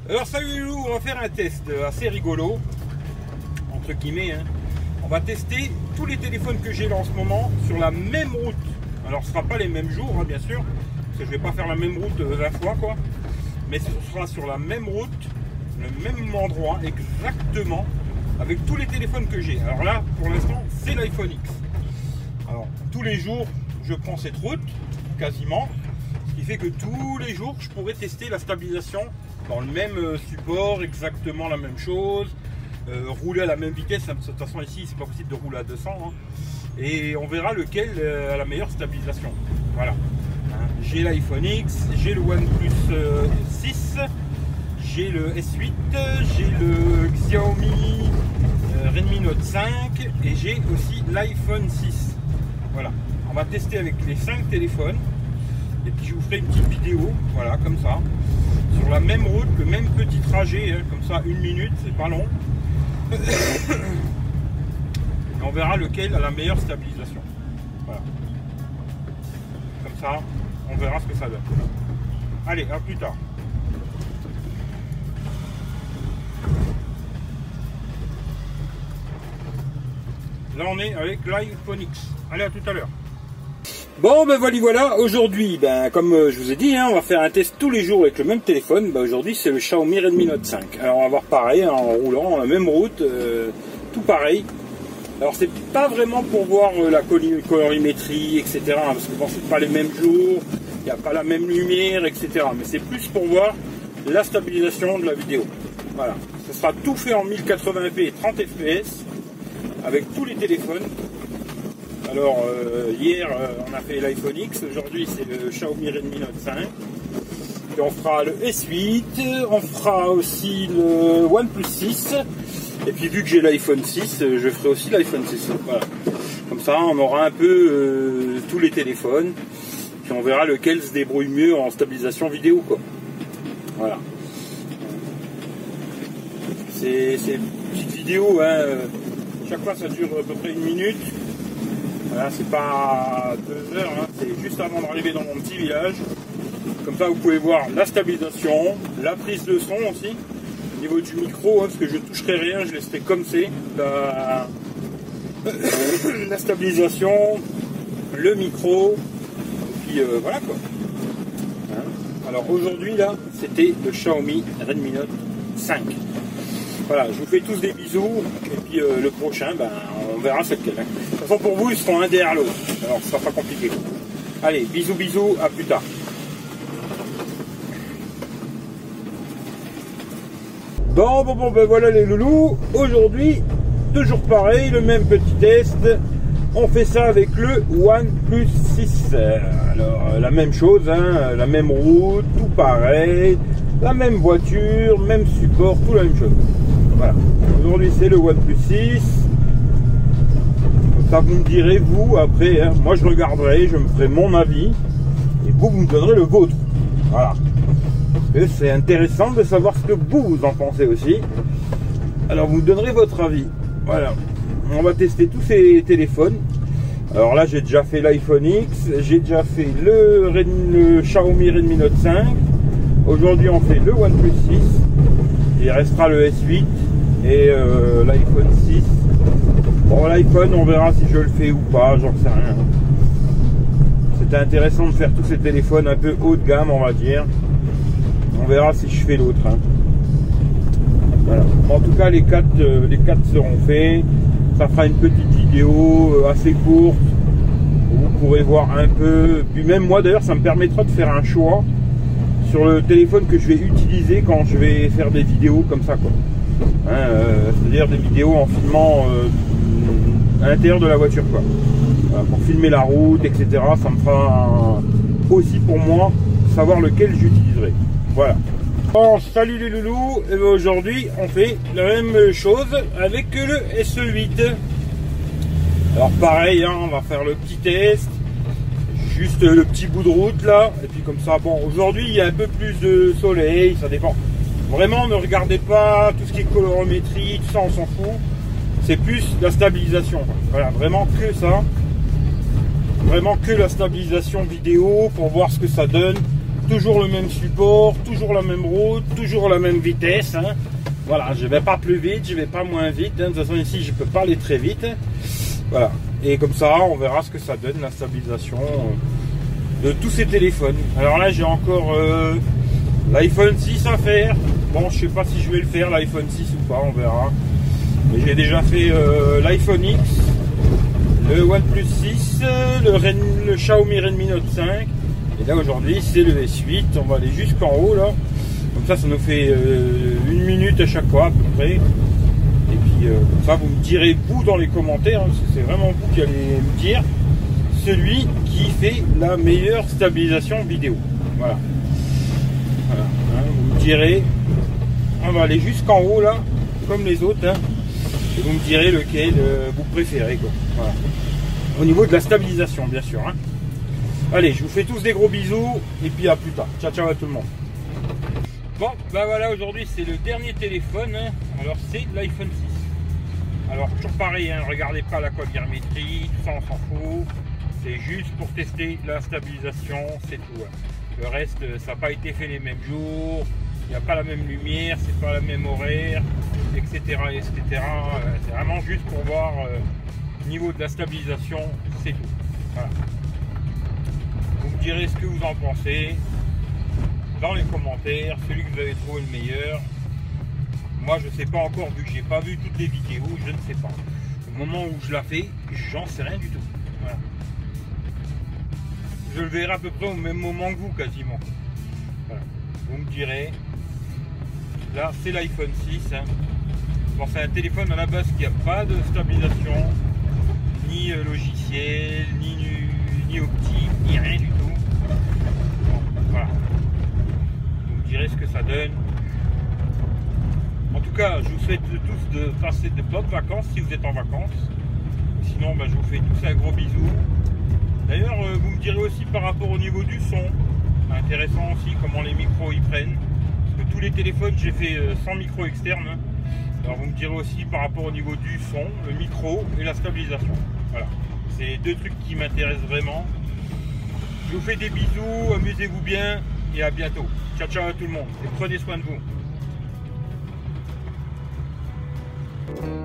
Alors salut les loups, on va faire un test assez rigolo, entre guillemets. On va tester tous les téléphones que j'ai là en ce moment sur la même route. Alors ce ne sera pas les mêmes jours, bien sûr, parce que je ne vais pas faire la même route 20 fois, quoi. Mais ce sera sur la même route, le même endroit, exactement, avec tous les téléphones que j'ai. Alors là, pour l'instant, c'est l'iPhone X. Alors, tous les jours, je prends cette route, quasiment, ce qui fait que tous les jours, je pourrais tester la stabilisation dans le même support, exactement la même chose, rouler à la même vitesse. De toute façon, ici, c'est pas possible de rouler à 200, et on verra lequel a la meilleure stabilisation. Voilà. J'ai l'iPhone X, j'ai le OnePlus 6, j'ai le S8, j'ai le Xiaomi Redmi Note 5 et j'ai aussi l'iPhone 6. Voilà, on va tester avec les 5 téléphones et puis je vous ferai une petite vidéo, voilà, comme ça, sur la même route, le même petit trajet, comme ça, 1 minute, c'est pas long. Et on verra lequel a la meilleure stabilisation. Voilà. Comme ça, on verra ce que ça donne. Allez, à plus tard. Là on est avec l'iPhone X. Allez, à tout à l'heure. Bon ben voilà, aujourd'hui, comme je vous ai dit, on va faire un test tous les jours avec le même téléphone. Aujourd'hui c'est le Xiaomi Redmi Note 5. Alors on va voir pareil, en roulant, la même route, tout pareil. Alors c'est pas vraiment pour voir la colorimétrie, etc. Parce que bon, c'est pas les mêmes jours, il n'y a pas la même lumière, etc. Mais c'est plus pour voir la stabilisation de la vidéo. Voilà, ce sera tout fait en 1080p et 30 fps avec tous les téléphones. Alors hier on a fait l'iPhone X, aujourd'hui c'est le Xiaomi Redmi Note 5. Et on fera le S8, on fera aussi le OnePlus 6. Et puis vu que j'ai l'iPhone 6, je ferai aussi l'iPhone 6. Voilà. Comme ça on aura un peu tous les téléphones. Puis on verra lequel se débrouille mieux en stabilisation vidéo, quoi. Voilà. C'est une petite vidéo, chaque fois ça dure à peu près 1 minute. Voilà, c'est pas 2 heures, c'est juste avant d'arriver dans mon petit village. Comme ça vous pouvez voir la stabilisation, la prise de son aussi. Au niveau du micro, parce que je toucherai rien, je laisserai comme c'est. La stabilisation, le micro, et puis voilà quoi. Alors aujourd'hui là, c'était le Xiaomi Redmi Note 5. Voilà, je vous fais tous des bisous, et puis le prochain, on verra c'est lequel. De toute façon pour vous, ils seront un derrière l'autre, alors ce sera pas compliqué. Allez, bisous, à plus tard. Bon, voilà les loulous, aujourd'hui, toujours pareil, le même petit test, on fait ça avec le OnePlus 6. Alors, la même chose, la même route, tout pareil, la même voiture, même support, tout la même chose. Voilà, aujourd'hui c'est le OnePlus 6. Ça vous me direz, vous, après, moi je regarderai, je me ferai mon avis, et vous me donnerez le vôtre. Voilà. C'est intéressant de savoir ce que vous en pensez aussi. Alors vous me donnerez votre avis. Voilà. On va tester tous ces téléphones. Alors là j'ai déjà fait l'iPhone X, j'ai déjà fait le Xiaomi Redmi Note 5. Aujourd'hui on fait le OnePlus 6. Il restera le S8 et l'iPhone 6. Bon, l'iPhone on verra si je le fais ou pas, j'en sais rien. C'était intéressant de faire tous ces téléphones un peu haut de gamme, on va dire. On verra si je fais l'autre. Voilà. En tout cas, les 4 seront faits. Ça fera une petite vidéo assez courte. Vous pourrez voir un peu. Puis même moi, d'ailleurs, ça me permettra de faire un choix sur le téléphone que je vais utiliser quand je vais faire des vidéos comme ça, quoi. C'est-à-dire des vidéos en filmant à l'intérieur de la voiture, quoi. Voilà, pour filmer la route, etc. Ça me fera aussi pour moi savoir lequel j'utiliserai. Voilà. Bon, salut les loulous, et aujourd'hui on fait la même chose avec le SE8. Alors pareil, on va faire le petit test, juste le petit bout de route là, et puis comme ça, bon, aujourd'hui il y a un peu plus de soleil, ça dépend. Vraiment, ne regardez pas tout ce qui est colorimétrie, tout ça on s'en fout. C'est plus la stabilisation. Voilà, vraiment que ça. Vraiment que la stabilisation vidéo pour voir ce que ça donne. toujours le même support, toujours la même route, toujours la même vitesse. Hein. Voilà, je vais pas plus vite, je vais pas moins vite. Hein. De toute façon ici je peux pas aller très vite. Voilà. Et comme ça, on verra ce que ça donne, la stabilisation de tous ces téléphones. Alors là, j'ai encore l'iPhone 6 à faire. Bon, je sais pas si je vais le faire, l'iPhone 6 ou pas, on verra. Mais j'ai déjà fait l'iPhone X, le OnePlus 6, le Xiaomi Redmi Note 5. Et là, aujourd'hui, c'est le S8. On va aller jusqu'en haut, là. Comme ça nous fait 1 minute à chaque fois, à peu près. Et puis, comme ça, vous me direz, vous, dans les commentaires, hein, parce que c'est vraiment vous qui allez me dire celui qui fait la meilleure stabilisation vidéo. Voilà. Voilà. Hein, vous me direz, on va aller jusqu'en haut, là, comme les autres. Hein, et vous me direz lequel vous préférez, quoi. Voilà. Au niveau de la stabilisation, bien sûr. Hein. Allez, je vous fais tous des gros bisous. Et puis, à plus tard. Ciao, ciao à tout le monde. Bon, bah voilà, aujourd'hui c'est le dernier téléphone, hein. Alors c'est l'iPhone 6. Alors toujours pareil, hein, regardez pas la colorimétrie, tout ça on s'en fout. C'est juste pour tester la stabilisation, c'est tout. Hein. Le reste, ça n'a pas été fait les mêmes jours, il n'y a pas la même lumière, c'est pas la même horaire, etc. etc. C'est vraiment juste pour voir au niveau de la stabilisation, c'est tout. Voilà. Vous me direz ce que vous en pensez dans les commentaires, celui que vous avez trouvé le meilleur. Moi je sais pas encore, vu que j'ai pas vu toutes les vidéos, je ne sais pas. Au moment où je la fais, j'en sais rien du tout. Voilà. Je le verrai à peu près au même moment que vous quasiment. Voilà. Vous me direz. Là c'est l'iPhone 6. Hein. Bon, c'est un téléphone à la base qui n'a pas de stabilisation, ni logiciel, ni optique, ni rien du tout. Bon, voilà. Ce que ça donne. En tout cas, je vous souhaite tous de passer de bonnes vacances si vous êtes en vacances. Sinon, bah, je vous fais tous un gros bisou. D'ailleurs, vous me direz aussi par rapport au niveau du son. Intéressant aussi comment les micros y prennent. Parce que tous les téléphones, j'ai fait sans micro externe. Alors vous me direz aussi par rapport au niveau du son, le micro et la stabilisation. Voilà. C'est les deux trucs qui m'intéressent vraiment. Je vous fais des bisous, amusez-vous bien et à bientôt. Ciao ciao à tout le monde et prenez soin de vous.